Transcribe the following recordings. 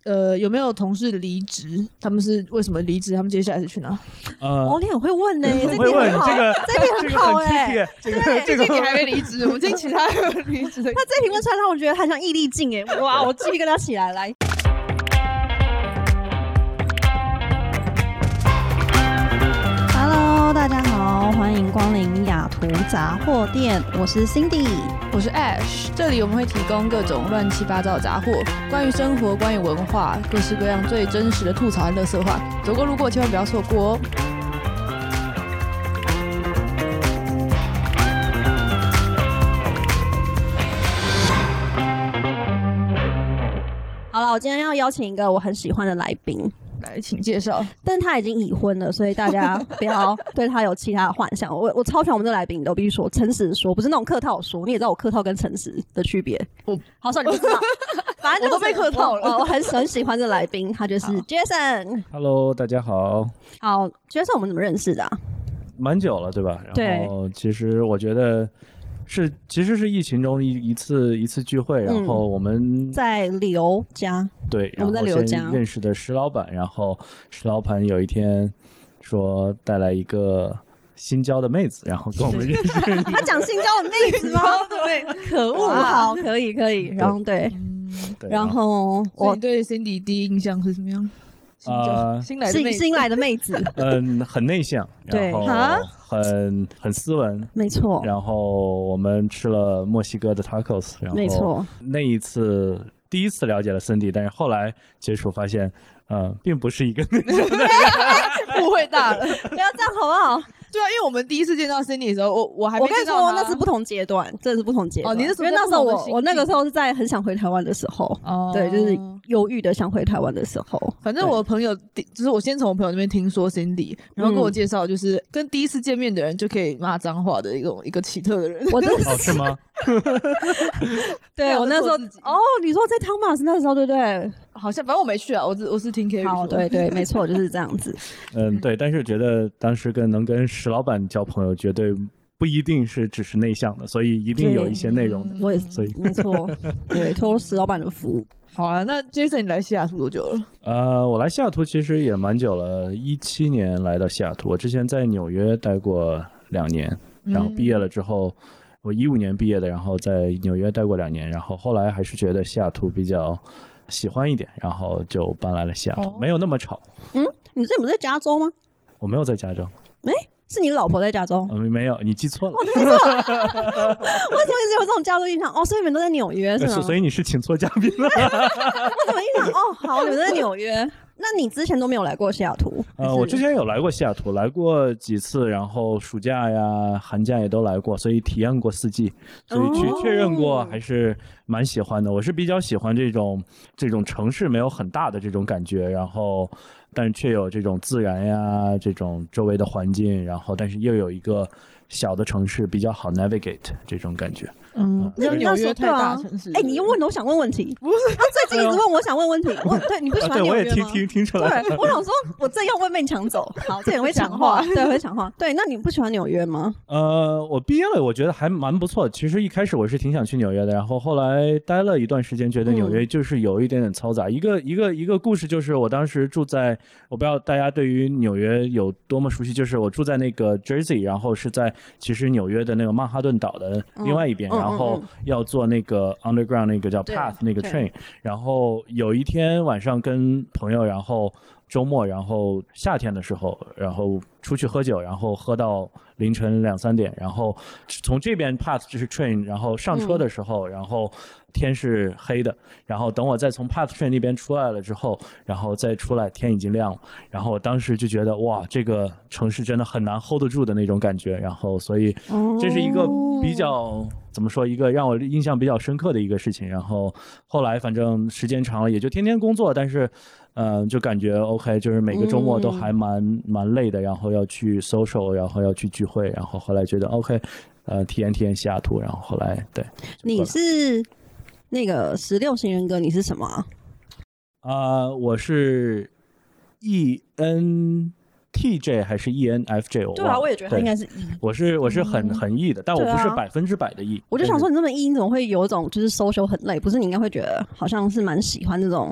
有没有同事离职？他们是为什么离职？他们接下来是去哪？ 你很会问呢， 很会问这个， 这题很好哎， 这个你还没离职，我们听其他人离职的。 他这题问出来让我觉得他像易立竞哎，哇，我鸡皮疙瘩起来，来。Hello， 大家好，欢迎光临雅图杂货店，我是 Cindy， 我是 Ash， 这里我们会提供各种乱七八糟的杂货，关于生活，关于文化，各式各样最真实的吐槽和垃圾话，走过路过千万不要错过哦。 好了，我今天要邀请一个我很喜欢的来宾。 来，请介绍。 但他已经已婚了，所以大家不要对他有其他的幻想。我超喜欢我们这来宾的，我必须说，诚实说，不是那种客套说。你也知道我客套跟诚实的区别。好少你不知道，反正、就是、 我都被客套了。 我很喜欢这来宾，他就是 Jason。 Hello， 大家好。 好 ，Jason， 我们怎么认识的、啊？ 蛮久了，对吧？然后其实我觉得其实是疫情中一次聚会，然后我们在刘家， 对， 我们在刘家认识的石老板，然后石老板有一天说带来一个新交的妹子，然后跟我们认识。 他讲新交的妹子吗？对，可恶！好，可以，然后对，然后我对 Cindy 第一印象是什么样？新来的妹子， 很内向， 对， 然后很斯文， 没错。 然后我们吃了墨西哥的 tacos， 然后没错。 那一次第一次了解了 Cindy， 但是后来接触发现，并不是一个内向的人， 误会大了， 不要这样好不好？ 对啊，因为我们第一次见到 Cindy 的时候，我还没见到他。 我跟你说，那是不同阶段，真的是不同阶段。 哦，你是因为那时候我那个时候是在很想回台湾的时候，对，就是犹豫的想回台湾的时候。 反正我的朋友，就是我先从我朋友那边听说 Cindy， 然后跟我介绍，就是跟第一次见面的人就可以骂脏话的一个奇特的人。 我真的是吗？ 对，我那时候你说在汤马斯那时候对不对？ 好像反正我没去啊，我是听 Kerry 说。 好，对，没错，就是这样子。 对，但是觉得当时能跟石老板交朋友，绝对不一定是只是内向的，所以一定有一些内容的。 我也所以没错，对，托石老板的福。 好啊，那 Jason 你来西雅图多久了？ 我来西雅图其实也蛮久了，17年来到西雅图。我之前在纽约待过2年，然后毕业了之后，我15年毕业的，然后在纽约待过2年，然后后来还是觉得西雅图比较喜欢一点，然后就搬来了西雅图，没有那么吵。 你这不是在加州吗？ 我没有在加州。 是你老婆在加州？ 没有，你记错了。 我记错了。为什么一直有这种加州印象？所以你们都在纽约是吗？ 所以你是请错嘉宾了。 我怎么印象？好，你们在纽约。那你之前都没有来过西雅图？ 我之前有来过西雅图，来过几次，然后暑假呀、寒假也都来过，所以体验过4季，所以去确认过，还是蛮喜欢的。我是比较喜欢这种城市没有很大的这种感觉，然后但是却有这种自然呀、这种周围的环境，然后但是又有一个小的城市比较好 navigate 这种感觉。 纽约太大城市。 你又问我想问问题， 不是他最近一直问我想问问题。对，你不喜欢纽约吗？ 对，我也听出来。 对，我想说，我正要问被你抢走。好，这也会抢话，对，会抢话。对，那你不喜欢纽约吗？ 我毕业了，我觉得还蛮不错。其实一开始我是挺想去纽约的，然后后来待了一段时间，觉得纽约就是有一点点嘈杂。一个故事就是，我当时住在，我不知道大家对于纽约有多么熟悉，就是我住在那个 Jersey， 然后是在其实纽约的那个曼哈顿岛的另外一边，然后要坐那个 underground 那个叫 path 那个 train， 然后有一天晚上跟朋友，然后周末，然后夏天的时候，然后出去喝酒，然后喝到凌晨2、3点，然后从这边 path 就是 train， 然后上车的时候，然后天是黑的，然后等我再从 path train 那边出来了之后，然后再出来天已经亮了，然后我当时就觉得哇，这个城市真的很难 hold 得住的那种感觉，然后所以这是一个比较怎么说，一个让我印象比较深刻的一个事情。然后后来反正时间长了也就天天工作，但是就感觉 OK， 就是每个周末都还蛮累的，然后要去 social， 然后要去聚会，然后后来觉得 OK， 体验西雅图，然后后来对。 你是那个16型人格，你是什么啊？ 我是 ENTJ 还是 ENFJ？ 对啊，我也觉得他应该是 E。 我是很 E 的，但我不是100%的 E。 我就想说，你这么 E，你怎么会有一种就是 social 很累？不是你应该会觉得好像是蛮喜欢这种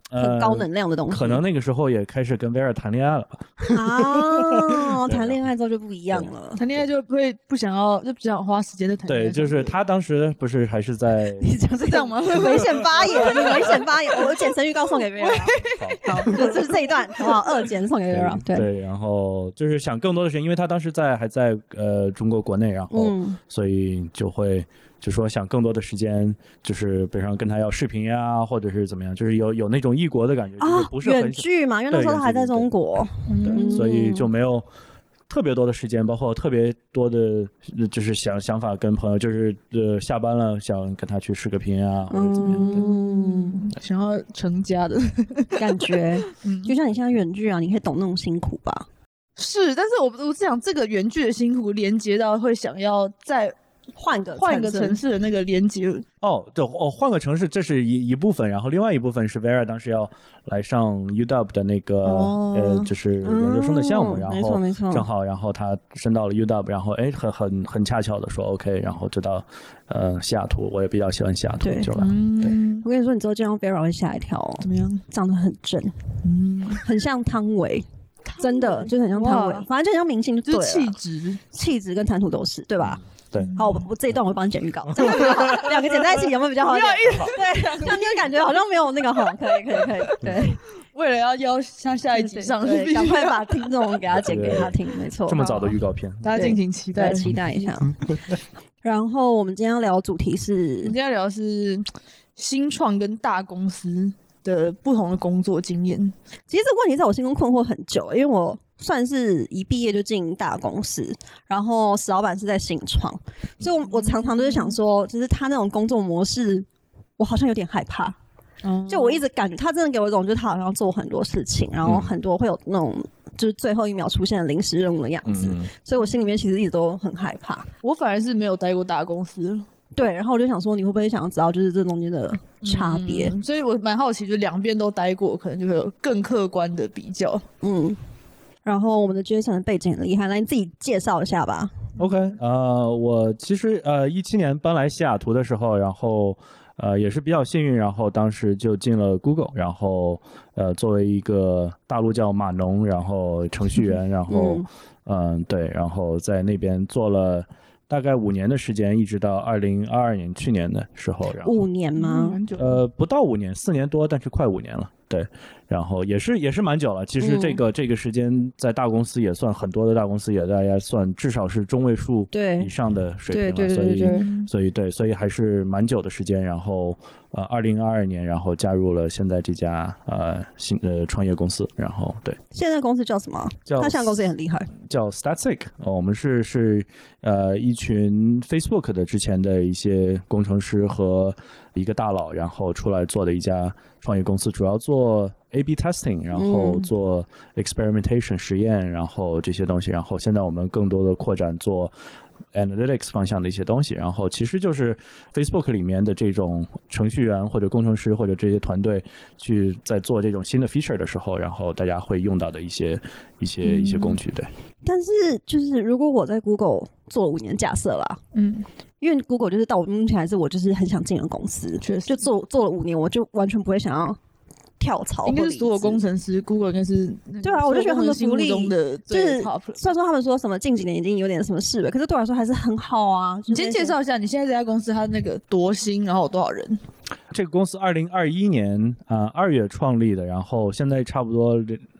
很高能量的东西。 可能那个时候也开始跟 Vera 谈恋爱了啊，谈恋爱之后就不一样了。 谈恋爱就会不想花时间在谈恋爱。 对，就是他当时不是还是在你讲是这样吗？ 危险发言，你危险发言，我剪成预告送给 Vera。好，就是这一段好不好？2剪送给 Vera。 对，然后就是想更多的时间，因为他当时还在中国国内，然后所以就说想更多的时间，就是比如说跟他要视频呀，或者是怎么样，就是有那种异国的感觉，就是不是很远距嘛，因为那时候他还在中国， 对，所以就没有特别多的时间，包括特别多的，就是想法跟朋友，就是下班了想跟他去视个频啊，或者怎么样， 想要成家的感觉，就像你现在远距啊，你可以懂那种辛苦吧？ 是，但是我是想这个远距的辛苦连接到会想要再换个城市的那个连接。 对，换个城市这是一部分，然后另外一部分是 Vera 当时要来上 UW 的那个就是研究生的项目，然后正好然后他升到了 UW， 然后很恰巧的说 OK， 然后就到西雅图，我也比较喜欢西雅图，就来。对， 我跟你说，你之后见到 Vera 会吓一跳哦。 怎么样？ 长得很正，很像汤唯。真的就是很像汤唯，反正就很像明星，就对了， 就是气质跟谈吐都是，对吧？ 对， 好，我这一段我会帮你剪预告，两个剪在一起有没有比较好一点？对，这样你会感觉好像没有那个好，可以，对。 为了要邀下一集上， 赶快把听众给他剪给他听，没错。 这么早的预告片， 大家敬请期待一下。然后我们今天要聊的主题是， 我们今天要聊的是新创跟大公司的不同的工作经验。 其实这个问题在我心中困惑很久，因为我算是一毕业就进大公司，然后史老板是在新创，所以我常常都是想说，就是他那种工作模式，我好像有点害怕。就我一直感觉他真的给我一种，就是他好像做很多事情，然后很多会有那种就是最后一秒出现的临时任务的样子，所以我心里面其实一直都很害怕。 我反而是没有待过大公司。 对，然后我就想说，你会不会想要知道就是这中间的差别？ 所以我蛮好奇，就两边都待过，可能就会有更客观的比较。 然后我们的 Jason 的背景很厉害，来你自己介绍一下吧。 OK， 我其实17年搬来西雅图的时候，然后也是比较幸运，然后当时就进了 Google， 然后作为一个大陆叫码农，然后程序员，然后对，然后在那边做了大概5年的时间，一直到2022年去年的时候，然后 5年吗？ 不到5年，4年多，但是快5年了。对，然后也是蛮久了。其实这个时间在大公司也算很多的大公司也大家算至少是中位数以上的水平了，所以还是蛮久的时间。然后2022年，然后加入了现在这家新的创业公司。然后对， 现在公司叫什么？他现在公司也很厉害， 叫 Statsig。我们是一群 Facebook 的之前的一些工程师和一个大佬，然后出来做的一家创业公司，主要做 A/B testing， 然后做 experimentation 实验，然后这些东西。然后现在我们更多的扩展做 analytics 方向的一些东西。然后其实就是 Facebook 里面的这种程序员或者工程师或者这些团队去在做这种新的 feature 的时候，然后大家会用到的一些工具。对。 但是就是如果我在 Google 做了5年，假设啦，因为 Google 就是到我目前还是我就是很想进的公司，就做了5年，我就完全不会想要跳槽。 应该是所有工程师 Google 应该是对啊，我就觉得他们的福利就是虽然说他们说什么近几年已经有点什么事了，可是对我来说还是很好啊。 你先介绍一下你现在这家公司它那个多薪，然后有多少人？ 这个公司2021年2月创立的，然后现在差不多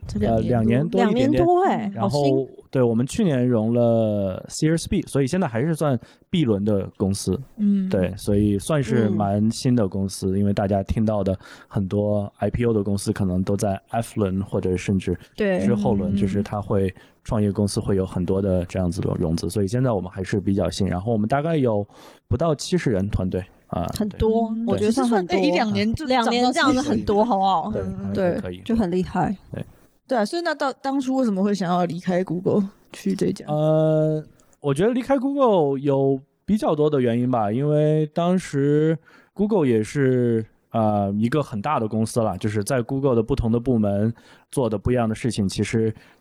2年多一点点。然后对，我们去年融了 Series B， 所以现在还是算 B 轮的公司。对，所以算是蛮新的公司，因为大家听到的很多 IPO 的公司可能都在 F 轮或者甚至之后轮，就是它会创业公司会有很多的这样子的融资，所以现在我们还是比较新。然后我们大概有不到70人团队。 很多，我觉得算很多。 1-2年就 2年这样子很多，好不好？ 对，可以， 就很厉害。 对啊，所以那当初为什么会想要离开 Google 去这家？ 我觉得离开 Google 有比较多的原因吧，因为当时 Google 也是一个很大的公司了，就是在 Google 的不同的部门做的不一样的事情，其实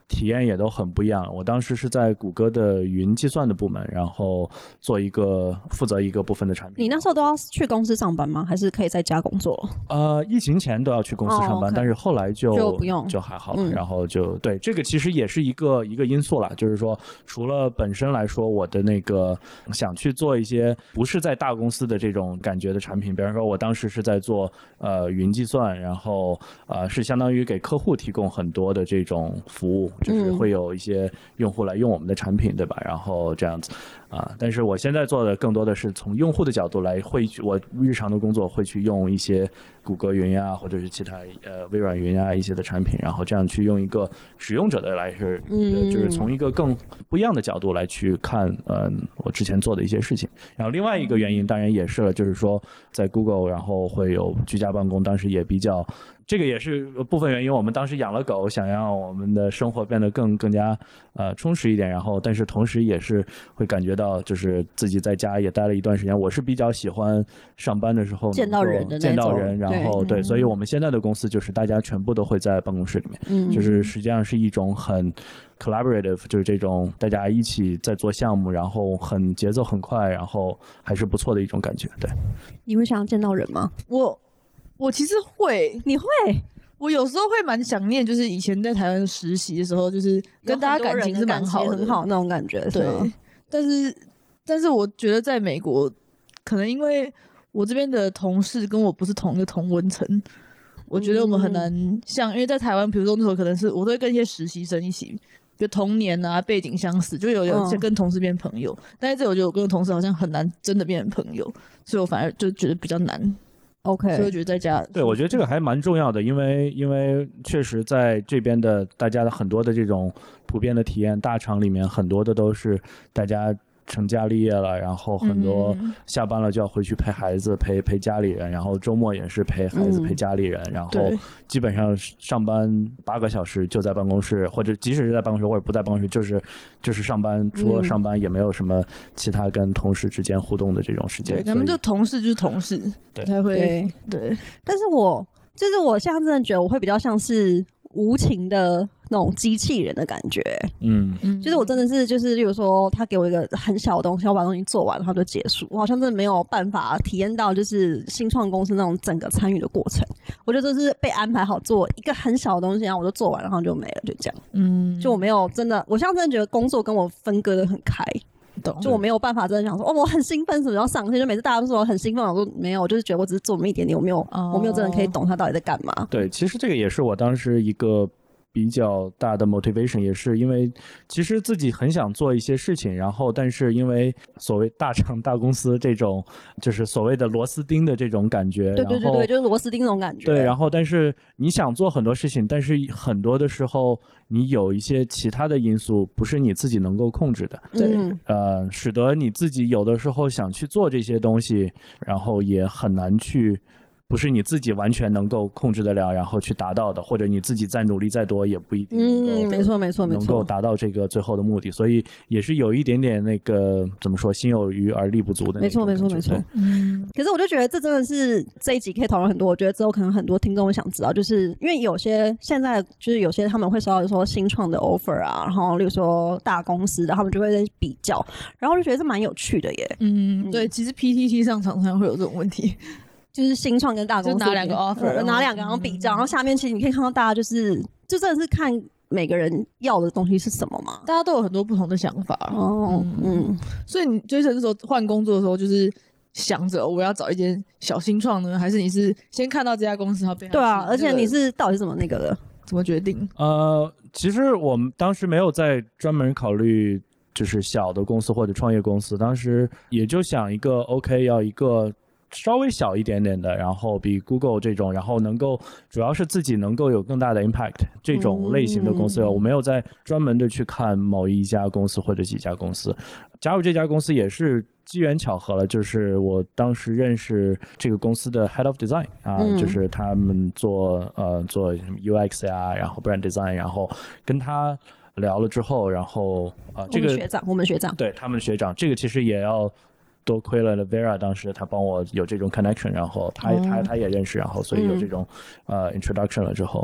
体验也都很不一样。我当时是在谷歌的云计算的部门，然后负责一个部分的产品。 你那时候都要去公司上班吗？还是可以在家工作？ 疫情前都要去公司上班， OK 但是后来就不用， 就还好了。然后就对，这个其实也是一个因素啦，就是说除了本身来说，我的那个想去做一些不是在大公司的这种感觉的产品，比方说我当时是在做云计算，然后是相当于给客户提供很多的这种服务，就是会有一些用户来用我们的产品，对吧？然后这样子但是我现在做的更多的是从用户的角度来，我日常的工作会去用一些谷歌云啊，或者是其他微软云啊一些的产品，然后这样去用一个使用者的就是从一个更不一样的角度来去看我之前做的一些事情。然后另外一个原因当然也是了，就是说在 Google 然后会有居家办公，当时也比较，这个也是部分原因，我们当时养了狗，想让我们的生活变得更加充实一点，然后但是同时也是会感觉到就是自己在家也待了一段时间，我是比较喜欢上班的时候见到人的那种， 然后对，所以我们现在的公司就是大家全部都会在办公室里面，就是实际上是一种很 collaborative， 就是这种大家一起在做项目，然后很节奏很快，然后还是不错的一种感觉。对， 你会想要见到人吗？ 我其实会， 你会？ 我有时候会蛮想念，就是以前在台湾实习的时候，就是跟大家感情是蛮好的， 很好那种感觉。 对，但是我觉得在美国，可能因为我这边的同事跟我不是同一个同温层，我觉得我们很难像，因为在台湾，比如说那时候可能是我都会跟一些实习生一起，就同年啊背景相似，就有跟同事变朋友，但是这我觉得我跟同事好像很难真的变成朋友，所以我反而就觉得比较难。 OK， 所以我觉得在家， 对，我觉得这个还蛮重要的，因为确实在这边的大家的很多的这种普遍的体验，大厂里面很多的都是大家成家立业了，然后很多下班了就要回去陪孩子、陪家里人，然后周末也是陪孩子、陪家里人，然后基本上上班8个小时就在办公室，或者即使是在办公室或者不在办公室，就是上班，除了上班也没有什么其他跟同事之间互动的这种时间。 对，咱们就同事就是同事， 对， 才会对。 但是我现在真的觉得我会比较像是无情的那种机器人的感觉，就是我真的是就是，例如说他给我一个很小的东西，我把东西做完，然后就结束。我好像真的没有办法体验到就是新创公司那种整个参与的过程。我觉得就是被安排好做一个很小的东西，然后我就做完，然后就没了，就这样。就我没有真的，我现在真的觉得工作跟我分割的很开。就我没有办法真的想说我很兴奋什么要上线，就每次大家都说我很兴奋，我说没有，我就是觉得我只是做那么一点点，我没有真的可以懂他到底在干嘛。 对，其实这个也是我当时一个比较大的 motivation， 也是因为其实自己很想做一些事情，然后但是因为所谓大厂大公司这种就是所谓的螺丝钉的这种感觉， 对，就是螺丝钉那种感觉。 对，然后但是你想做很多事情，但是很多的时候你有一些其他的因素不是你自己能够控制的， 对， 使得你自己有的时候想去做这些东西，然后也很难去。不是你自己完全能够控制得了，然后去达到的，或者你自己再努力再多也不一定没错能够达到这个最后的目的，所以也是有一点点那个怎么说，心有余而力不足的那种感觉。 没错。可是我就觉得这真的是这一集可以讨论很多，我觉得之后可能很多听众会想知道，就是因为有些现在就是有些他们会收到说新创的 offer 啊，然后例如说大公司的，他们就会在比较，然后我就觉得这蛮有趣的耶。 对，其实 PTT 上常常会有这种问题。 就是新创跟大公司就拿两个 offer， 拿两个然后比较，然后下面其实你可以看到大家就真的是看每个人要的东西是什么嘛， 大家都有很多不同的想法。所以你就是说换工作的时候，就是想着我要找一间小新创呢，还是你是先看到这家公司它被对啊，而且你是到底是怎么那个的， 怎么决定？ 其实我们当时没有在专门考虑就是小的公司或者创业公司，当时也就想一个 OK 要一个稍微小一点点的，然后比 Google 这种，然后能够主要是自己能够有更大的 impact 这种类型的公司，我没有在专门的去看某一家公司或者几家公司。加入这家公司也是机缘巧合了，就是我当时认识这个公司的 Head of Design 就是他们做什么 UX 呀，然后 Brand Design， 然后跟他聊了之后，然后这个我们学长， 对，他们学长，这个其实也要多亏了 Vera， 当时他帮我有这种 connection， 然后他也认识，然后所以有这种introduction 了之后，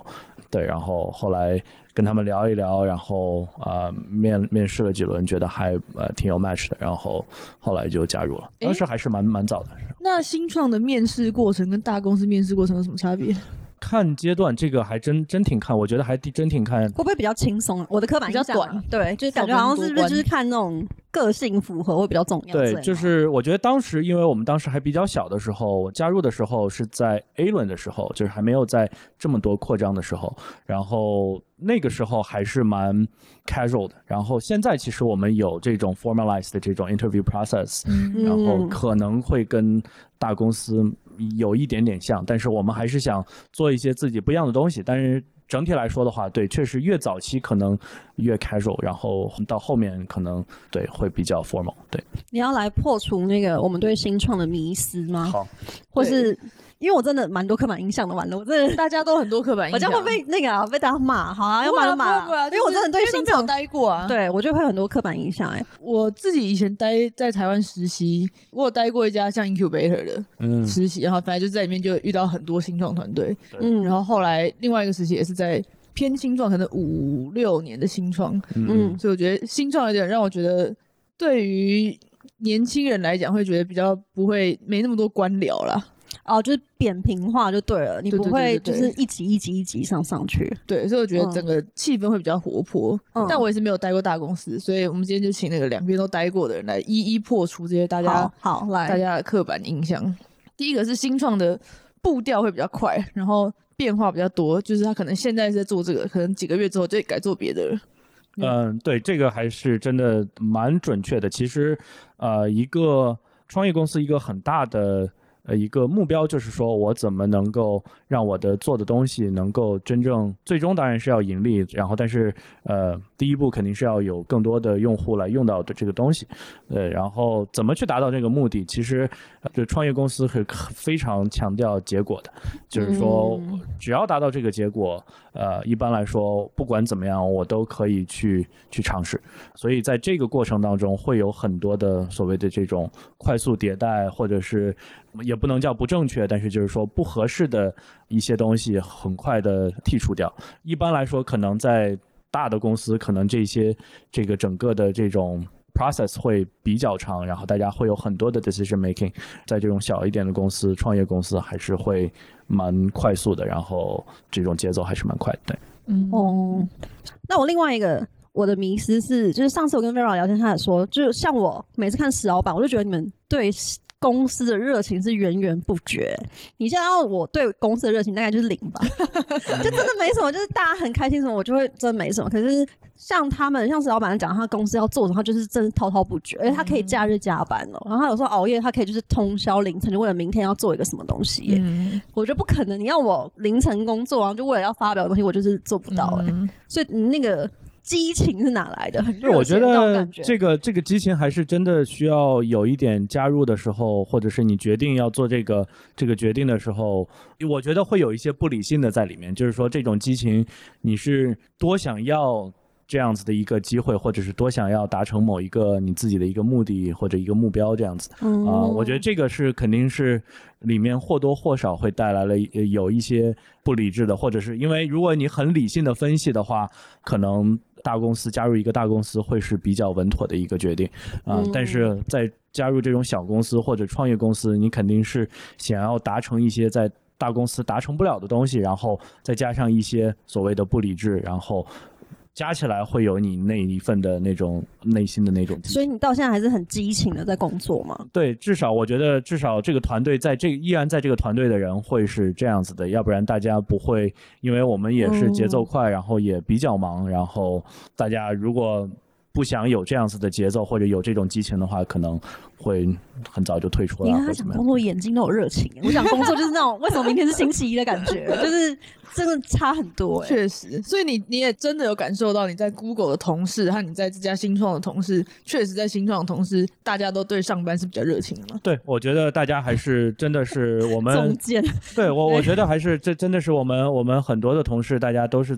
对，然后后来跟他们聊一聊，然后面试了几轮，觉得还挺有 match 的，然后后来就加入了。当时还是蛮早的。 那新创的面试过程跟大公司面试过程有什么差别？ 看阶段，这个还真挺看，我觉得还真挺看。 会不会比较轻松？我的刻板印象比较短， 对，就是感觉好像是不是就是看那种个性符合会比较重要。 对，就是我觉得当时，因为我们当时还比较小的时候，我加入的时候是在 A 轮的时候，就是还没有在这么多扩张的时候，然后那个时候还是蛮 casual 的。然后现在其实我们有这种 formalized 的这种 interview process，然后可能会跟大公司有一点点像，但是我们还是想做一些自己不一样的东西。但是整体来说的话，对，确实越早期可能越 casual， 然后到后面可能对会比较 formal。对， 你要来破除那个我们对新创的迷思吗？ 好， 或是因为我真的蛮多刻板印象的，完了，我真的大家都很多刻板印象， 我将会被那个被大家骂，好啊，要骂就骂，因为我真的对新创待过啊， 对我就会很多刻板印象。 我自己以前待在台湾实习，我有待过一家像 incubator 的实习，然后反正就在里面就遇到很多新创团队，然后后来另外一个实习也是在偏新创，可能5-6年的新创，所以我觉得新创有点让我觉得对于年轻人来讲会觉得比较不会没那么多官僚啦。 哦，就是扁平化就对了，你不会就是一级上去。 对，所以我觉得整个气氛会比较活泼。但我也是没有待过大公司，所以我们今天就请那个两边都待过的人来一一破除这些大家来大家的刻板印象。第一个是新创的步调会比较快，然后变化比较多，就是他可能现在是在做这个，可能几个月之后就改做别的了。 对，这个还是真的蛮准确的。其实一个创业公司一个很大的一个目标就是说我怎么能够让我的做的东西能够真正最终当然是要盈利，然后但是第一步肯定是要有更多的用户来用到的这个东西，然后怎么去达到这个目的，其实这创业公司是非常强调结果的，就是说只要达到这个结果，一般来说不管怎么样我都可以去尝试，所以在这个过程当中会有很多的所谓的这种快速迭代，或者是也不能叫不正确，但是就是说不合适的一些东西很快的剔除掉。一般来说可能在大的公司可能这个整个的这种 process 会比较长，然后大家会有很多的 decision making， 在这种小一点的公司创业公司还是会蛮快速的，然后这种节奏还是蛮快的。对， 那我另外一个我的迷思是，就是上次我跟 Vera 聊天，他也说，就是像我每次看石老板，我就觉得你们对公司的热情是源源不绝。你现在要我对公司的热情大概就是0吧，就真的没什么，就是大家很开心什么，我就会真的没什么。可是像石老板讲，他公司要做什么，他就是真的滔滔不绝，而且他可以假日加班然后他有时候熬夜，他可以就是通宵凌晨，就为了明天要做一个什么东西我觉得不可能，你要我凌晨工作，然后就为了要发表的东西，我就是做不到所以你那个激情是哪来的？ 我觉得这个激情还是真的需要有一点加入的时候，或者是你决定要做这个决定的时候，我觉得会有一些不理性的在里面，就是说这种激情你是多想要这样子的一个机会，或者是多想要达成某一个你自己的一个目的或者一个目标这样子我觉得这个是肯定是里面或多或少会带来了有一些不理智的，或者是因为如果你很理性的分析的话，可能大公司加入一个大公司会是比较稳妥的一个决定但是在加入这种小公司或者创业公司，你肯定是想要达成一些在大公司达成不了的东西，然后再加上一些所谓的不理智，然后加起来会有你那一份的那种内心的那种激情。 所以你到现在还是很激情的在工作吗？ 对，我觉得至少这个团队依然在这个团队的人会是这样子的，要不然大家不会，因为我们也是节奏快然后也比较忙，然后大家如果不想有这样子的节奏或者有这种激情的话，可能会很早就退出了。 你看他讲工作眼睛都有热情，我讲工作就是那种为什么明天是星期一的感觉，就是真的差很多确实，所以你也真的有感受到你在 Google 的同事和你在这家新创的同事，确实在新创的同事大家都对上班是比较热情的吗？ 对，我觉得大家还是真的是我们中间对我觉得还是这真的是我们很多的同事大家都是在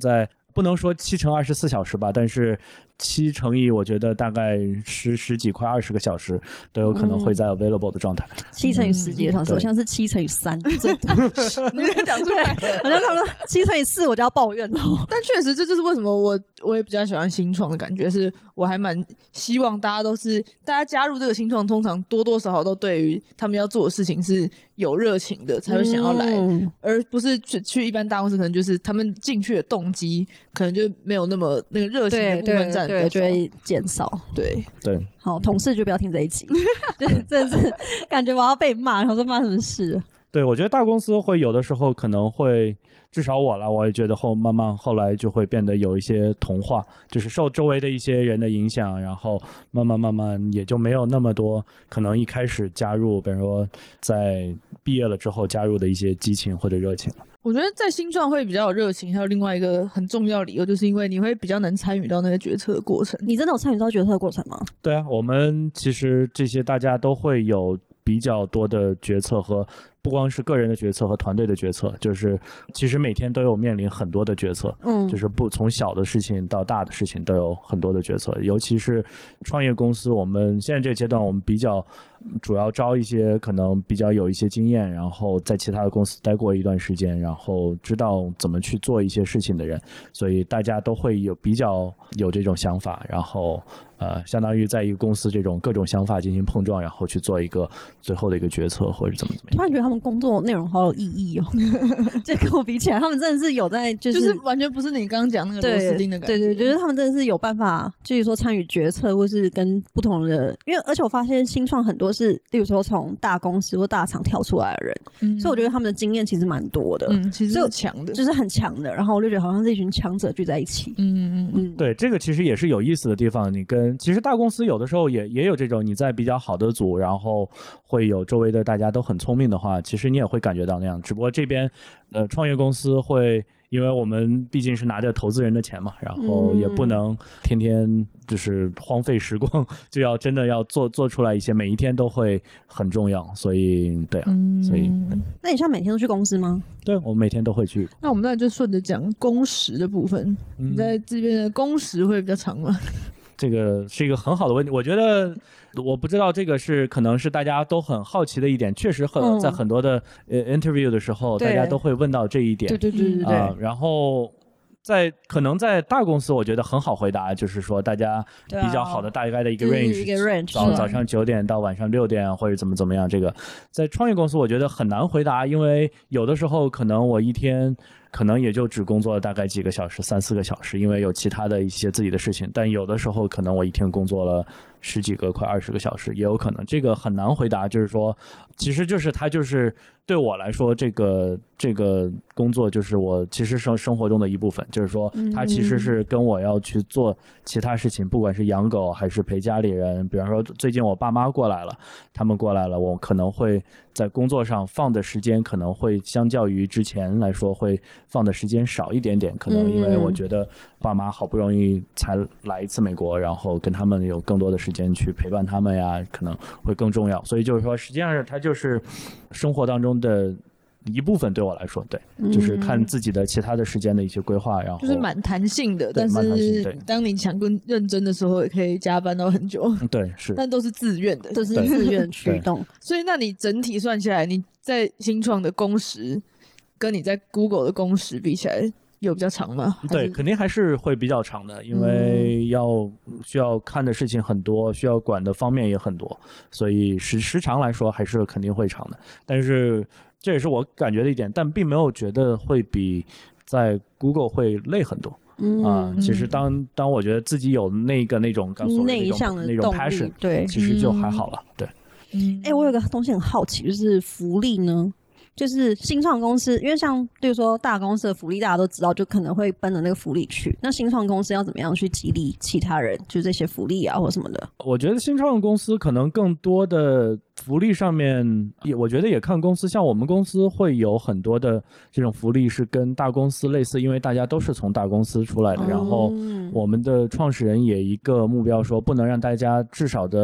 不能说7乘24小时吧，但是7乘以我觉得大概十几快20个小时都有可能会在 available 的状态。 7乘以10几个小时，我像是7乘以3，最多。 你在讲出来， 好像他们7乘以4我就要抱怨了。 但确实这就是为什么我也比较喜欢新创的感觉，是我还蛮希望大家加入这个新创，通常多多少少都对于他们要做的事情是有热情的，才会想要来，而不是去一般大公司，可能就是他们进去的动机可能就没有那么那个热情的部分占比较少， 就会减少。 对。 好，同事就不要听这一集，真的是感觉我要被骂，然后说发生什么事。 对，我觉得大公司会有的时候可能会，至少我也觉得慢慢后来就会变得有一些同化，就是受周围的一些人的影响，然后慢慢也就没有那么多可能一开始加入，比如说在毕业了之后加入的一些激情或者热情了。 我觉得在新创会比较有热情，还有另外一个很重要的理由，就是因为你会比较能参与到那个决策的过程。 你真的有参与到决策的过程吗？ 对啊，我们其实这些大家都会有比较多的决策，和不光是个人的决策和团队的决策，就是其实每天都有面临很多的决策，就是从小的事情到大的事情都有很多的决策。尤其是创业公司，我们现在这个阶段我们比较主要招一些可能比较有一些经验，然后在其他的公司待过一段时间，然后知道怎么去做一些事情的人，所以大家都会比较有这种想法，然后相当于在一个公司这种各种想法进行碰撞，然后去做一个最后的一个决策或者怎么样。 突然觉得他们工作内容好有意义哦，这跟我比起来，他们真的是有在就是完全不是你刚刚讲那个螺丝钉的感觉。 对，觉得他们真的是有办法，就是说参与决策，或是跟不同的，因为而且我发现新创很多是，例如说从大公司或大厂跳出来的人，所以我觉得他们的经验其实蛮多的， 其实是强的， 就是很强的。然后我就觉得好像是一群强者聚在一起。 对，这个其实也是有意思的地方。其实大公司有的时候也有这种，你在比较好的组，然后会有周围的大家都很聪明的话，其实你也会感觉到那样。只不过这边创业公司会，因为我们毕竟是拿着投资人的钱嘛，然后也不能天天就是荒废时光，就要真的要做出来一些，每一天都会很重要。所以对啊，所以那你像每天都去公司吗？ 对，我每天都会去。 那我们那就顺着讲工时的部分，你在这边的工时会比较长吗？ 这个是一个很好的问题，我觉得我不知道这个是可能是大家都很好奇的一点，确实在很多的interview 的时候，大家都会问到这一点。 对然后可能在大公司，我觉得很好回答，就是说大家比较好的大概的一个 range，早上9点到晚上6点或者怎么样。这个在创业公司我觉得很难回答，因为有的时候可能我一天可能也就只工作了大概几个小时，3-4个小时，因为有其他的一些自己的事情。但有的时候可能我一天工作了10几个快20个小时，也有可能。这个很难回答，就是说其实就是它就是对我来说，这个工作就是我其实生活中的一部分，就是说它其实是跟我要去做其他事情，不管是养狗还是陪家里人。比方说最近我爸妈过来了，他们过来了，我可能会在工作上放的时间可能会相较于之前来说会放的时间少一点点，可能因为我觉得爸妈好不容易才来一次美国，然后跟他们有更多的时间去陪伴他们呀，可能会更重要。所以就是说实际上它就是生活当中的一部分，对我来说，对，就是看自己的其他的时间的一些规划，然后就是蛮弹性的，但是当你想更认真的时候，也可以加班到很久。 对，是， 但都是自愿的， 都是自愿驱动。 所以，那你整体算下来，你在新创的工时跟你在 Google 的工时比起来，有比较长吗？ 对，肯定还是会比较长的，因为需要看的事情很多，需要管的方面也很多，所以时长来说还是肯定会长的。但是这也是我感觉的一点，但并没有觉得会比在 Google 会累很多。其实当我觉得自己有那种刚所谓的那种 passion， 对， 其实就还好了。对， 我有个东西很好奇，就是福利呢。就是新创公司，因为像比如说大公司的福利大家都知道，就可能会奔着那个福利去。那新创公司要怎么样去激励其他人，就是这些福利啊或什么的？ 我觉得新创公司可能更多的福利上面，我觉得也看公司。像我们公司会有很多的这种福利是跟大公司类似，因为大家都是从大公司出来的。然后我们的创始人也一个目标说，不能让大家至少的平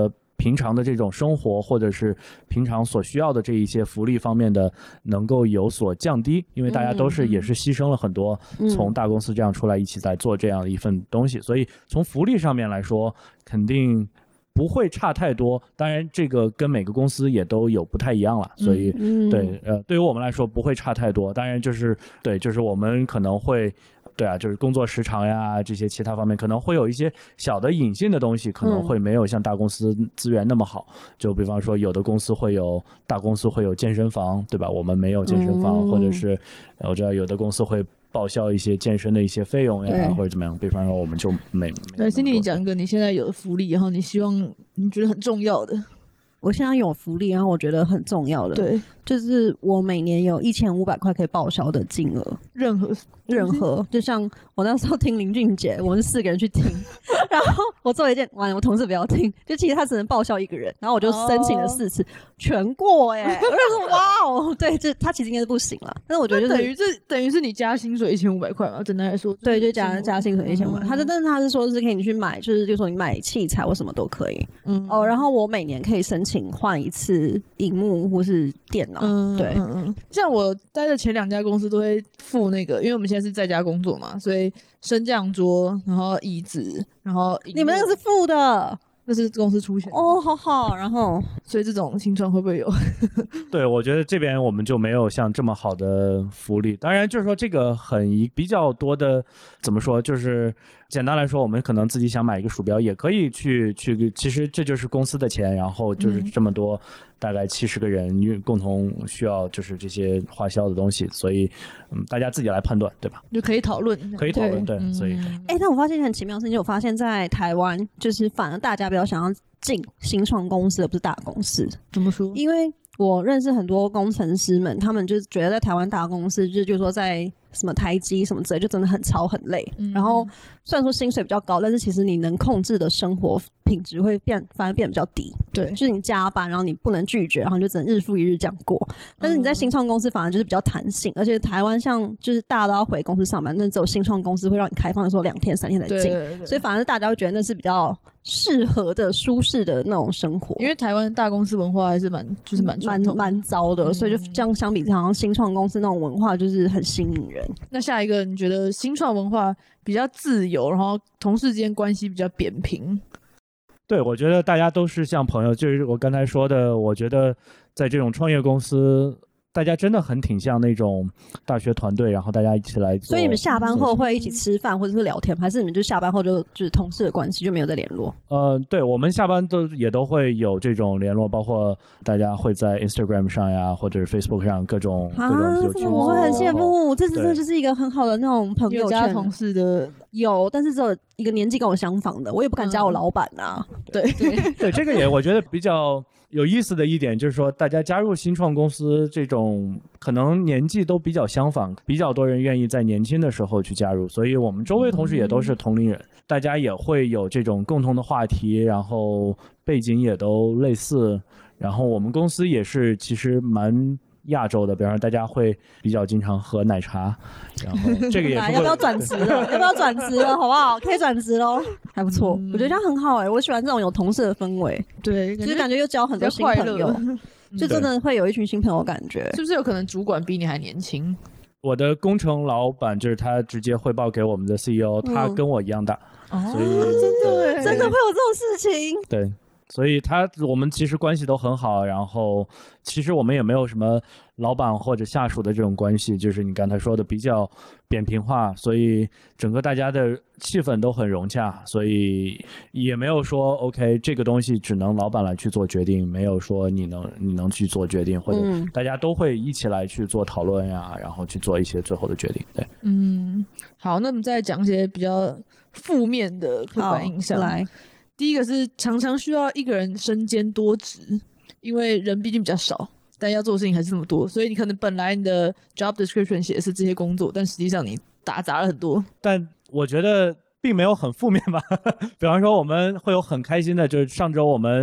平常的这种生活或者是平常所需要的这一些福利方面的能够有所降低，因为大家都是也是牺牲了很多，从大公司这样出来一起在做这样的一份东西，所以从福利上面来说肯定不会差太多，当然这个跟每个公司也都有不太一样了，所以对对于我们来说不会差太多，当然就是对，就是我们可能会对啊，就是工作时长呀这些其他方面可能会有一些小的隐性的东西，可能会没有像大公司资源那么好，就比方说有的公司会有大公司会有健身房，对吧？我们没有健身房，或者是我知道有的公司会报销一些健身的一些费用呀，或者怎么样。比方说我们就没。 对，Cindy，你讲一个你现在有的福利，然后你希望你觉得很重要的。 我现在有福利，然后我觉得很重要的，对，就是我每年有1500块可以报销的金额， 任何， 就像我那时候听林俊杰，我们是4个人去听，然后我做了一件，完了我同事不要听，就其实他只能报销1个人，然后我就申请了4次，全过我就说哇哦，对，就他其实应该是不行了，但是我觉得就是等于是你加薪水1500块嘛，简单来说， 对，就加薪水1500块，但是他是说是可以你去买，就是说你买器材或什么都可以，然后我每年可以申请换一次萤幕或是电脑，对， 像我待的前2家公司都会付那个，因为我们现在是在家工作嘛，所以升降桌，然后椅子，然后你们那个是付的， 那是公司出钱哦，好好，然后所以这种新创会不会有？ 对，我觉得这边我们就没有像这么好的福利，当然就是说这个比较多的怎么说，就是简单来说，我们可能自己想买一个鼠标也可以去，其实这就是公司的钱，然后就是这么多，大概70个人共同需要就是这些花销的东西，所以大家自己来判断，对吧？ 就可以讨论， 对，所以但我发现很奇妙的事情，我发现在台湾就是反而大家比较想要进新创公司而不是大公司， 怎么说？ 因为我认识很多工程师们，他们就觉得在台湾大公司就是说在什么台积什么之类就真的很吵很累，然后虽然说薪水比较高，但是其实你能控制的生活品质会反而变得比较低，对，就是你加班然后你不能拒绝，然后你就只能日复一日这样过，但是你在新创公司反而就是比较弹性，而且台湾像就是大家都要回公司上班，但只有新创公司会让你开放的时候2天3天才进，所以反而大家会觉得那是比较适合的舒适的那种生活， 因为台湾大公司文化还是蛮糟的，所以就这样相比之下，好像新创公司那种文化就是很吸引人。 那下一个你觉得新创文化比较自由，然后同事之间关系比较扁平？ 对，我觉得大家都是像朋友，就是我刚才说的，我觉得在这种创业公司大家真的很挺像那种大学团队，然后大家一起来做。 所以你们下班后会一起吃饭或者是聊天，还是你们就下班后就是同事的关系就没有再联络？ 对，我们下班也都会有这种联络，包括大家会在 Instagram 上呀，或者是 Facebook 上各种有群。 我很羡慕，这就是一个很好的那种朋友圈。 有加同事的有，但是只有一个年纪跟我相仿的，我也不敢加我老板啊。 对， 这个也我觉得比较有意思的一点就是说，大家加入新创公司这种可能年纪都比较相仿，比较多人愿意在年轻的时候去加入，所以我们周围同事也都是同龄人，大家也会有这种共同的话题，然后背景也都类似，然后我们公司也是其实蛮亚洲的，比方说大家会比较经常喝奶茶，然后这个也是要不要转职了？要不要转职了？好不好？可以转职咯，还不错，我觉得这样很好我喜欢这种有同事的氛围， 对， 就是感觉又交很多新朋友，就真的会有一群新朋友感觉。 是不是有可能主管比你还年轻？ 我的工程老板就是他直接汇报给我们的 CEO，他跟我一样大，所以真的会有这种事情。 对。所以我们其实关系都很好，然后其实我们也没有什么老板或者下属的这种关系，就是你刚才说的比较扁平化，所以整个大家的气氛都很融洽，所以也没有说 OK 这个东西只能老板来去做决定，没有说你能去做决定，或者大家都会一起来去做讨论呀，然后去做一些最后的决定。对， 好，那我们再讲一些比较负面的刻板印象来。第一个是常常需要一个人身兼多职，因为人毕竟比较少，但要做的事情还是这么多，所以你可能本来你的 job description 写的是这些工作，但实际上你打杂了很多。 但我觉得并没有很负面吧比方说我们会有很开心的，就是上周我们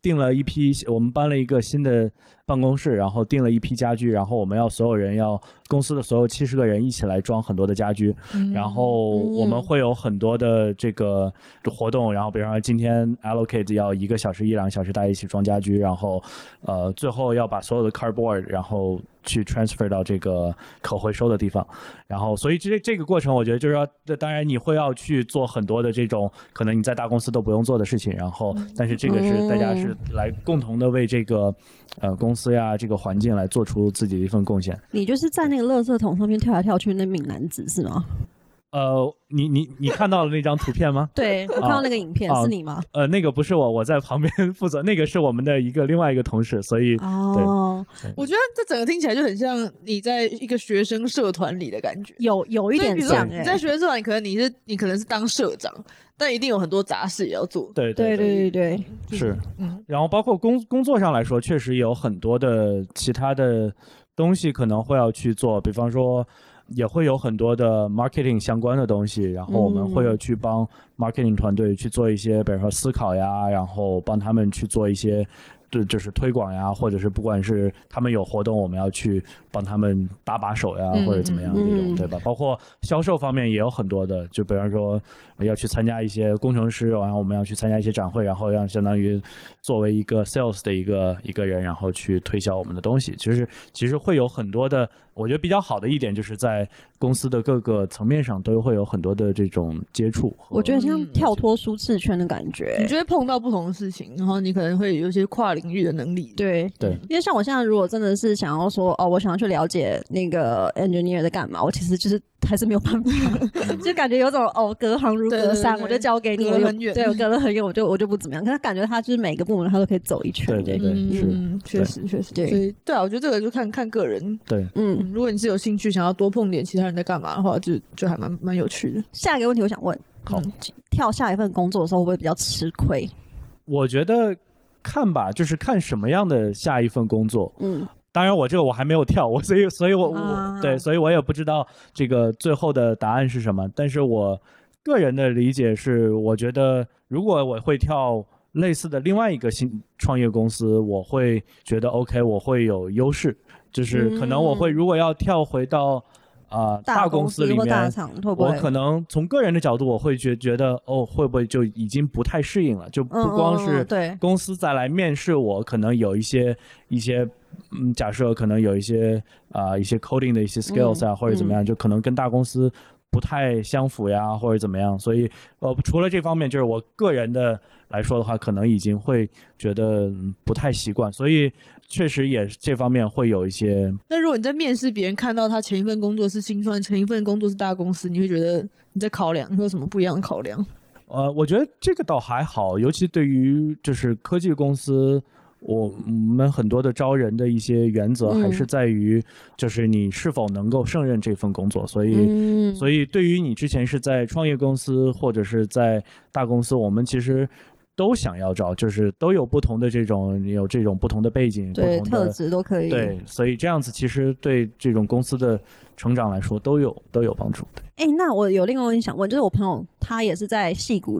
我们搬了一个新的办公室，然后订了一批家居，然后我们要所有人公司的所有70个人一起来装很多的家居，然后我们会有很多的这个活动，然后比方说今天 allocate 要1个小时1-2个小时大家一起装家居，然后最后要把所有的 cardboard 然后去 transfer 到这个可回收的地方，然后所以这个过程我觉得就是说，当然你会要去做很多的这种可能你在大公司都不用做的事情，然后但是这个是大家是来共同的为这个公司呀这个环境来做出自己的一份贡献。 你就是在那个垃圾桶上面跳来跳去那名男子是吗？ 你看到了那张图片吗？ 对，我看到那个影片，是你吗？ 那个不是我在旁边负责，那个是我们的另外一个同事，所以对， 我觉得这整个听起来就很像你在一个学生社团里的感觉， 有一点像。 你在学生社团，你可能是当社长，但一定有很多杂事也要做。 对，是。然后包括工作上来说，确实有很多的其他的东西可能会要去做，比方说也会有很多的 marketing 相关的东西，然后我们会有去帮 marketing 团队去做一些比如说思考呀，然后帮他们去做一些就是推广呀，或者是不管是他们有活动我们要去帮他们搭把手呀，或者怎么样这种，对吧？包括销售方面也有很多的，就比方说要去参加一些工程师，然后我们要去参加一些展会，然后让相当于作为一个 sales 的一个人，然后去推销我们的东西。其实会有很多的，我觉得比较好的一点就是在公司的各个层面上都会有很多的这种接触。 我觉得像跳脱舒适圈的感觉， 你就会碰到不同的事情，然后你可能会有一些跨领域的能力。 对，因为像我现在如果真的是想要说我想要去了解那个 engineer 在干嘛，我其实就是还是没有办法就感觉有种隔行如隔山，我就交给你， 隔得很远， 对，我隔得很远，我就不怎么样。可是感觉他就是每个部门他都可以走一圈。 对， 确实对啊，我觉得这个就看个人。 对， 如果你是有兴趣想要多碰点其他人在干嘛的话，就还蛮有趣的。 下一个问题我想问，跳下一份工作的时候会不会比较吃亏？ 我觉得看吧，就是看什么样的下一份工作。当然我还没有跳，所以我也不知道这个最后的答案是什么。但是我个人的理解是，我觉得如果我会跳类似的另外一个新创业公司，我会觉得 OK， 我会有优势，就是可能我会如果要跳回到大公司里面，我可能从个人的角度，我会觉得会不会就已经不太适应了？就不光是公司再来面试我，可能有一些假设可能有一些 coding 的一些 skills 啊，或者怎么样，就可能跟大公司不太相符呀，或者怎么样。所以除了这方面，就是我个人的来说的话，可能已经会觉得不太习惯，所以确实也这方面会有一些。 那如果你在面试别人看到他前一份工作是新创，前一份工作是大公司，你会觉得你在考量，你会有什么不一样的考量？ 我觉得这个倒还好，尤其对于就是科技公司，我们很多的招人的一些原则还是在于就是你是否能够胜任这份工作，所以对于你之前是在创业公司或者是在大公司，我们其实都想要招，就是都有不同的这种不同的背景， 对， 不同的特质都可以。 对，所以这样子其实对这种公司的成长来说都有帮助。 那我有另外一个问题想问，就是我朋友他也是在硅谷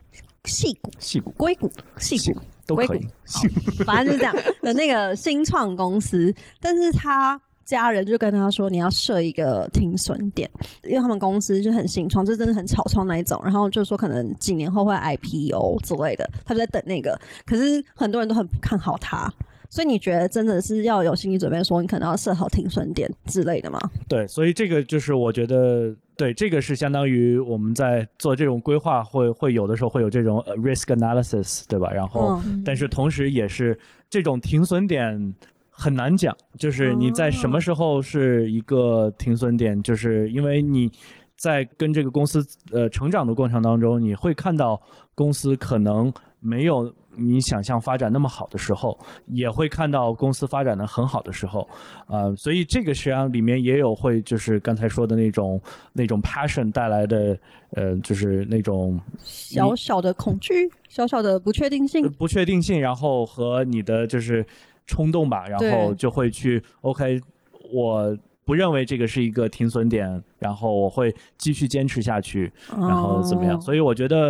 都可以， 反正就是这样的那个新创公司，但是他家人就跟他说你要设一个停损点，因为他们公司就很新创，就真的很草创那一种，然后就说可能几年后会 IPO 之类的，他就在等那个。可是很多人都很不看好他，所以你觉得真的是要有心理准备，说你可能要设好停损点之类的吗？ 对，所以这个就是我觉得。对，这个是相当于我们在做这种规划会有的时候会有这种risk analysis， 对吧？然后，但是同时也是这种停损点很难讲，就是你在什么时候是一个停损点，就是因为你在跟这个公司成长的过程当中，你会看到公司可能没有你想象发展那么好的时候，也会看到公司发展的很好的时候，所以这个实际上里面也有会就是刚才说的那种 passion 带来的就是那种小小的恐惧，小小的不确定性， 然后和你的就是冲动吧，然后就会去 OK， 我不认为这个是一个停损点，然后我会继续坚持下去，然后怎么样？所以我觉得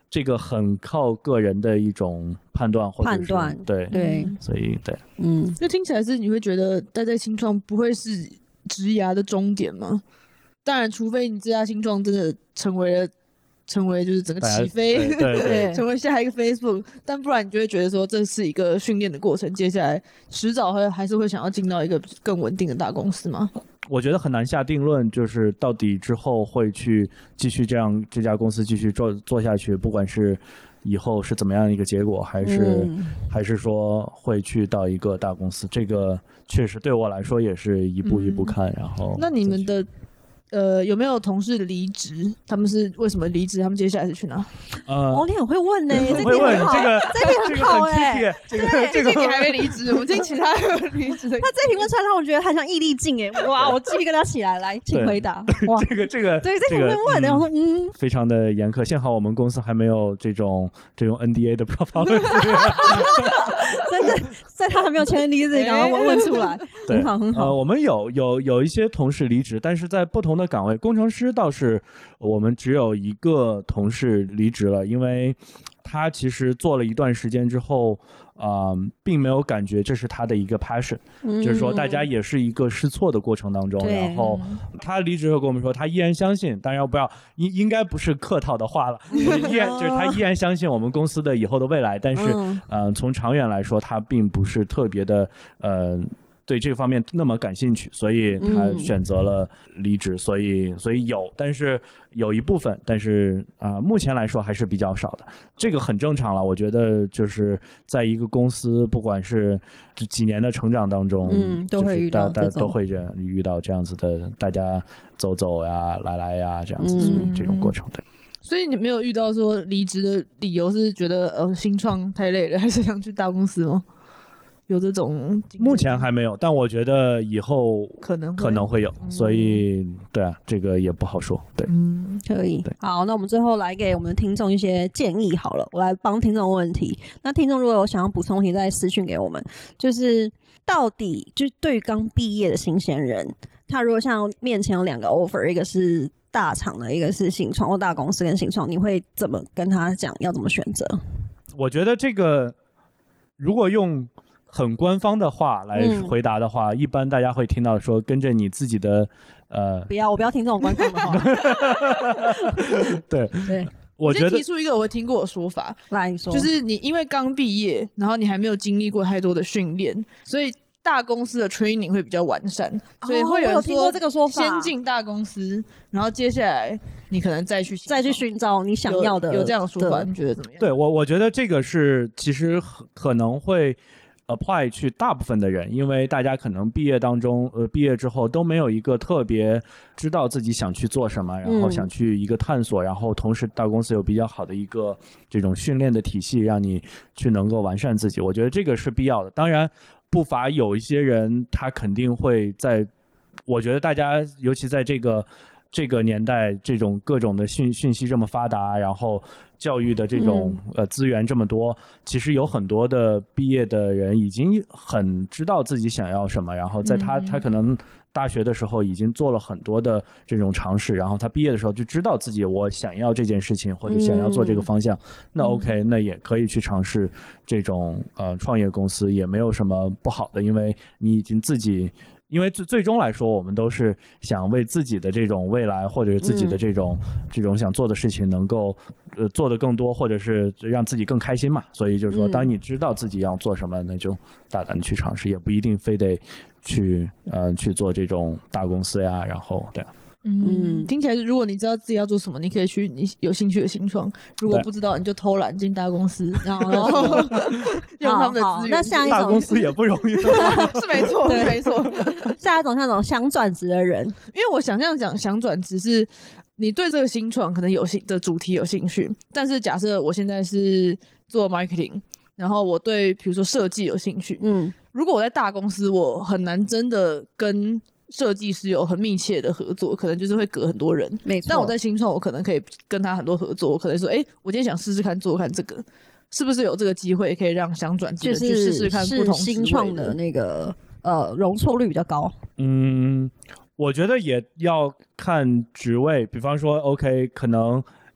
这个很靠个人的一种判断或者判断， 对，所以对， 就听起来是你会觉得待在新创不会是职涯的终点吗？当然，除非你这家新创真的成为就是整个起飞， 对成为下一个 Facebook， 但不然你就会觉得说这是一个训练的过程，接下来迟早还是会想要进到一个更稳定的大公司吗？ 我觉得很难下定论，就是到底之后会去继续这家公司继续做下去，不管是以后是怎么样一个结果，还是说会去到一个大公司，这个确实对我来说也是一步一步看。然后那你们的有没有同事离职？他们是为什么离职？他们接下来是去哪？ 你很会问呢， 很会问这个很好哎，这个你还没离职，我们听其他人离职的。 那这题问出来让我觉得很像易立竞哎，哇，我鸡皮疙瘩起来，来，请回答。哇， 这个对，这题问的，我说非常的严苛。幸好我们公司还没有这种 NDA 的 policy， 真的在他还没有签 NDA 之前，刚刚问出来，很好很好。 我们有一些同事离职，但是在不同的岗位，工程师倒是我们只有一个同事离职了，因为他其实做了一段时间之后，并没有感觉这是他的一个 passion，就是说大家也是一个试错的过程当中，然后他离职后跟我们说，他依然相信，当然不要应该不是客套的话了，就是他依然相信我们公司的以后的未来，但是从长远来说，他并不是特别的对这方面那么感兴趣，所以他选择了离职，所以但是有一部分，但是目前来说还是比较少的，这个很正常了。我觉得就是在一个公司，不管是几年的成长当中， 都会遇到大家都会遇到这样子的，大家走呀、来呀这样子这种过程。对。 所以你没有遇到说离职的理由是觉得新创太累了，还是想去大公司吗？有这种？ 目前还没有，但我觉得以后可能会有，所以对啊，这个也不好说。对， 可以。好，那我们最后来给我们的听众一些建议好了，我来帮听众问问题。那听众如果有想要补充问题，再私讯给我们。就是到底就对于刚毕业的新鲜人，他如果像面前有2个 offer， 一个是大厂的，一个是新创或大公司跟新创，你会怎么跟他讲要怎么选择？ 我觉得这个如果用很官方的话来回答的话，一般大家会听到说跟着你自己的我不要听这种官方的话。 对，我觉得提出一个我听过的说法， 来说， 就是你因为刚毕业，然后你还没有经历过太多的训练，所以大公司的 training 会比较完善，所以会有人说这个说法， 先进大公司，然后接下来你可能再去寻找你想要的， 有这样的说法，你觉得怎么样？ 对，我觉得这个是其实可能会apply 去大部分的人，因为大家可能毕业之后都没有一个特别知道自己想去做什么，然后想去一个探索，然后同时大公司有比较好的一个这种训练的体系，让你去能够完善自己。我觉得这个是必要的。当然，不乏有一些人，他肯定会我觉得大家尤其在这个年代，这种各种的讯息这么发达，然后教育的这种资源这么多，其实有很多的毕业的人已经很知道自己想要什么，然后在他可能大学的时候已经做了很多的这种尝试，然后他毕业的时候就知道自己我想要这件事情或者想要做这个方向，那 OK， 那也可以去尝试这种创业公司，也没有什么不好的，因为你已经自己。因为最终来说，我们都是想为自己的这种未来，或者是自己的这种想做的事情，能够做得更多，或者是让自己更开心嘛。所以就是说，当你知道自己要做什么，那就大胆的去尝试，也不一定非得去做这种大公司呀。然后对。 听起来如果你知道自己要做什么，你可以去你有兴趣的新创；如果不知道，你就偷懒进大公司，然后用他们的资源。 那下一种大公司也不容易， 是没错，没错。 下一种像那种想转职的人， 因为我想转职是你对这个新创可能的主题有兴趣，但是假设我现在是做 marketing， 然后我对比如说设计有兴趣，如果我在大公司，我很难真的跟设计师有很密切的合作，可能就是会隔很多人。 没错。 但我在新创，我可能可以跟他很多合作。我可能说，我今天想试试看做看这个，是不是有这个机会可以让想转职的去试试看不同新创的那个容错率比较高。 我觉得也要看职位，比方说 OK， 可能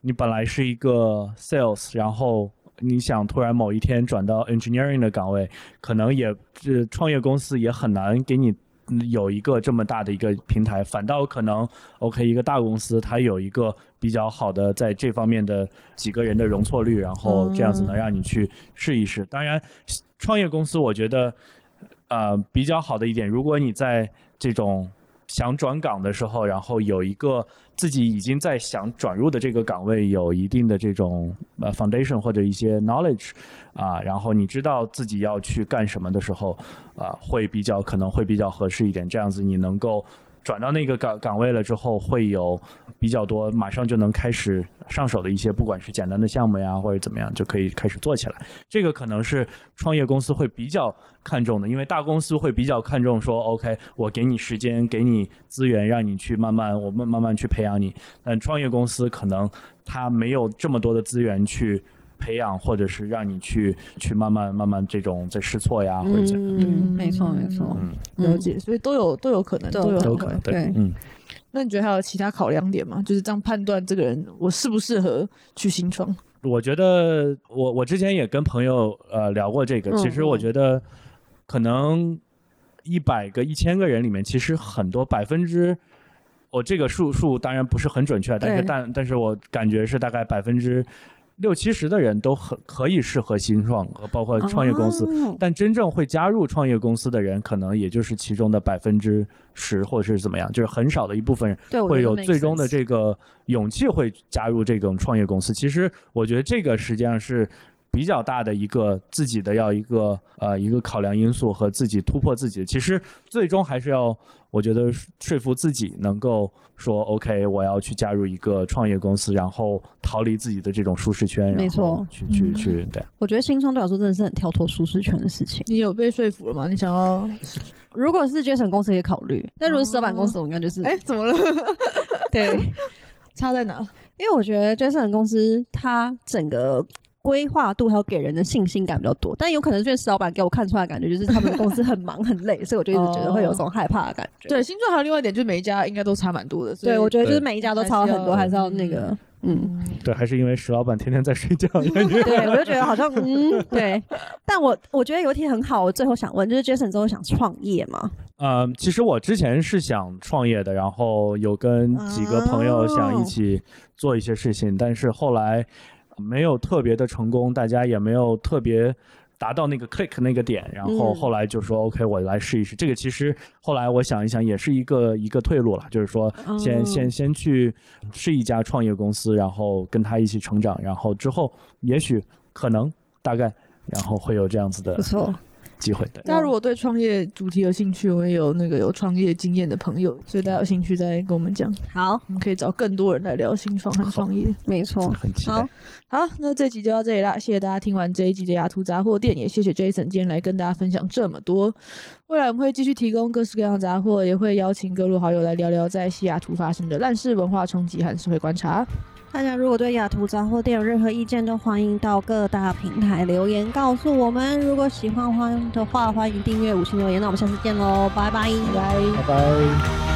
你本来是一个 sales， 然后你想突然某一天转到 engineering 的岗位，可能也创业公司也很难给你有一个这么大的一个平台，反倒可能 OK 一个大公司它有一个比较好的在这方面的几个人的容错率，然后这样子能让你去试一试。当然创业公司我觉得比较好的一点，如果你在这种想转岗的时候，然后有一个自己已经在想转入的这个岗位有一定的这种foundation 或者一些 knowledge 然后你知道自己要去干什么的时候可能会比较合适一点，这样子你能够转到那个岗位了之后，会有比较多马上就能开始上手的一些，不管是简单的项目呀或者怎么样，就可以开始做起来。这个可能是创业公司会比较看重的，因为大公司会比较看重说 OK 我给你时间给你资源让你去慢慢去培养你，但创业公司可能它没有这么多的资源去培养，或者是让你去慢慢这种在试错呀或者怎么样。 没错没错， 了解，所以都有可能，都有可能。 对， 那你觉得还有其他考量点吗？就是这样判断这个人我适不适合去新创？ 我觉得我之前也跟朋友聊过这个，其实我觉得可能100个1000个人里面，其实很多我这个数当然不是很准确，但是我感觉是大概60-70%的人都可以适合新创，包括创业公司，但真正会加入创业公司的人，可能也就是其中的10%或者是怎么样，就是很少的一部分人会有最终的这个勇气会加入这种创业公司。其实我觉得这个实际上是比较大的一个自己的一个考量因素和自己突破自己，其实最终还是要我觉得说服自己能够说 OK 我要去加入一个创业公司，然后逃离自己的这种舒适圈， 没错， 然后去对。 我觉得新创对我来说真的是很跳脱舒适圈的事情。 你有被说服了吗？你想要如果是 Jason 公司可以考虑，但如果是石老板公司我应该就是怎么了？ 对， 差在哪？ 因为我觉得 Jason 公司它整个规划度还有给人的信心感比较多，但有可能是石老板给我看出来的感觉就是他们的公司很忙很累，所以我就一直觉得会有种害怕的感觉。 对，新创还有另外一点就是每一家应该都差蛮多的， 对，我觉得就是每一家都差很多，还是要那个对，还是因为石老板天天在睡觉。 对，我就觉得好像对。但我觉得有一题很好，我最后想问，就是 Jason 之后想创业吗？ 其实我之前是想创业的，然后有跟几个朋友想一起做一些事情，但是后来没有特别的成功，大家也没有特别达到那个 click 那个点，然后后来就说 OK 我来试一试。这个其实后来我想一想也是一个退路了，就是说先去试一家创业公司，然后跟他一起成长，然后之后也许可能大概然后会有这样子的不错机会。 大家如果对创业主题有兴趣，我们也有有创业经验的朋友，所以大家有兴趣再跟我们讲。 好， 我们可以找更多人来聊新创和创业。 没错， 很期待。 好，那这集就到这里啦，谢谢大家听完这一集的雅图杂货店，也谢谢 Jason 今天来跟大家分享这么多。未来我们会继续提供各式各样的杂货，也会邀请各路好友来聊聊在西雅图发生的烂事、文化冲击和社会观察。 大家如果对雅图杂货店有任何意见，都欢迎到各大平台留言告诉我们。如果喜欢的话，欢迎订阅5星留言。那我们下次见喽，拜拜， 拜拜。